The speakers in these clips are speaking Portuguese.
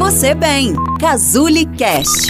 você bem. Cazuli Cast.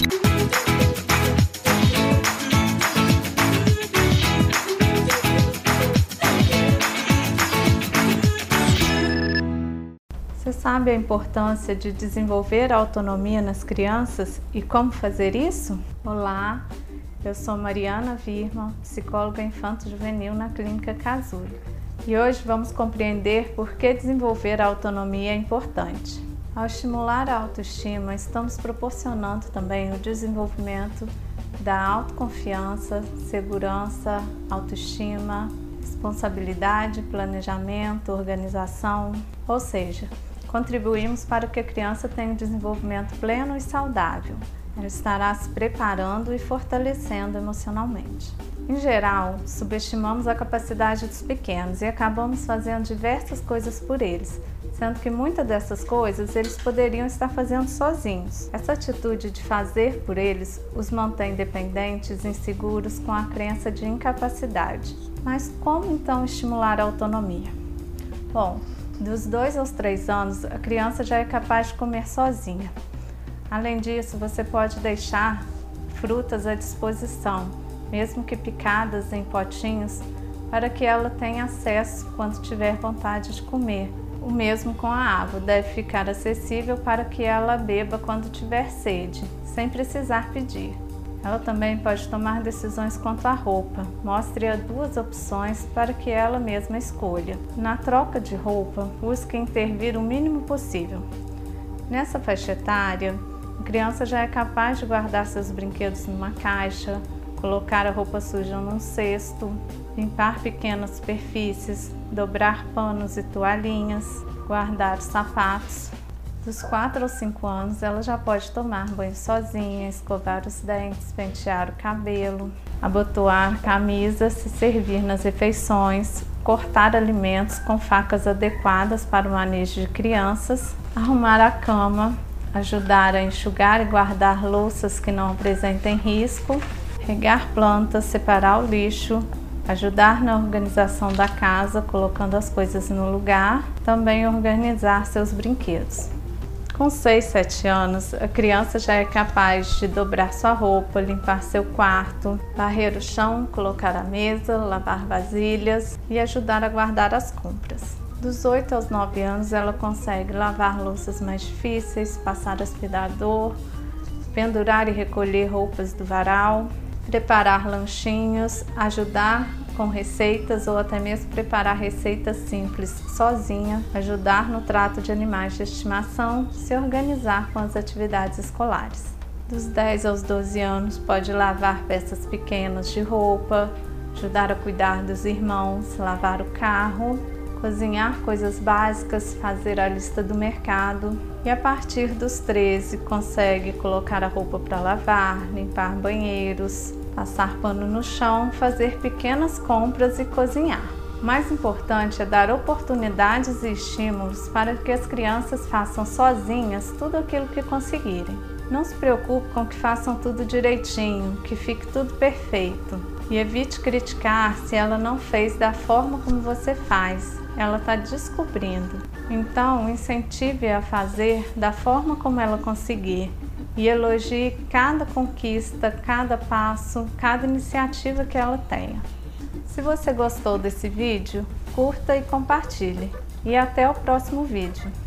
Você sabe a importância de desenvolver a autonomia nas crianças e como fazer isso? Olá, eu sou Mariana Virman, psicóloga infanto-juvenil na Clínica Cazuli. E hoje vamos compreender por que desenvolver a autonomia é importante. Ao estimular a autoestima, estamos proporcionando também o desenvolvimento da autoconfiança, segurança, autoestima, responsabilidade, planejamento, organização, ou seja, contribuímos para que a criança tenha um desenvolvimento pleno e saudável. Ela estará se preparando e fortalecendo emocionalmente. Em geral, subestimamos a capacidade dos pequenos e acabamos fazendo diversas coisas por eles, sendo que muitas dessas coisas eles poderiam estar fazendo sozinhos. Essa atitude de fazer por eles os mantém dependentes, inseguros, com a crença de incapacidade. Mas como então estimular a autonomia? Bom, dos 2 aos 3 anos, a criança já é capaz de comer sozinha. Além disso, você pode deixar frutas à disposição, mesmo que picadas em potinhos, para que ela tenha acesso quando tiver vontade de comer. O mesmo com a água, deve ficar acessível para que ela beba quando tiver sede, sem precisar pedir. Ela também pode tomar decisões quanto à roupa. Mostre-a 2 opções para que ela mesma escolha. Na troca de roupa, busque intervir o mínimo possível. Nessa faixa etária, a criança já é capaz de guardar seus brinquedos numa caixa, colocar a roupa suja num cesto, limpar pequenas superfícies, dobrar panos e toalhinhas, guardar os sapatos. Dos 4 aos 5 anos, ela já pode tomar banho sozinha, escovar os dentes, pentear o cabelo, abotoar camisas, se servir nas refeições, cortar alimentos com facas adequadas para o manejo de crianças, arrumar a cama, ajudar a enxugar e guardar louças que não apresentem risco, regar plantas, separar o lixo, ajudar na organização da casa, colocando as coisas no lugar, também organizar seus brinquedos. Com 6, 7 anos, a criança já é capaz de dobrar sua roupa, limpar seu quarto, varrer o chão, colocar a mesa, lavar vasilhas e ajudar a guardar as compras. Dos 8 aos 9 anos, ela consegue lavar louças mais difíceis, passar aspirador, pendurar e recolher roupas do varal, preparar lanchinhos, ajudar com receitas ou até mesmo preparar receitas simples sozinha, ajudar no trato de animais de estimação, se organizar com as atividades escolares. Dos 10 aos 12 anos, pode lavar peças pequenas de roupa, ajudar a cuidar dos irmãos, lavar o carro, cozinhar coisas básicas, fazer a lista do mercado. E a partir dos 13, consegue colocar a roupa para lavar, limpar banheiros, passar pano no chão, fazer pequenas compras e cozinhar. O mais importante é dar oportunidades e estímulos para que as crianças façam sozinhas tudo aquilo que conseguirem. Não se preocupe com que façam tudo direitinho, que fique tudo perfeito. E evite criticar se ela não fez da forma como você faz. Ela está descobrindo. Então, incentive-a a fazer da forma como ela conseguir e elogie cada conquista, cada passo, cada iniciativa que ela tenha. Se você gostou desse vídeo, curta e compartilhe. E até o próximo vídeo.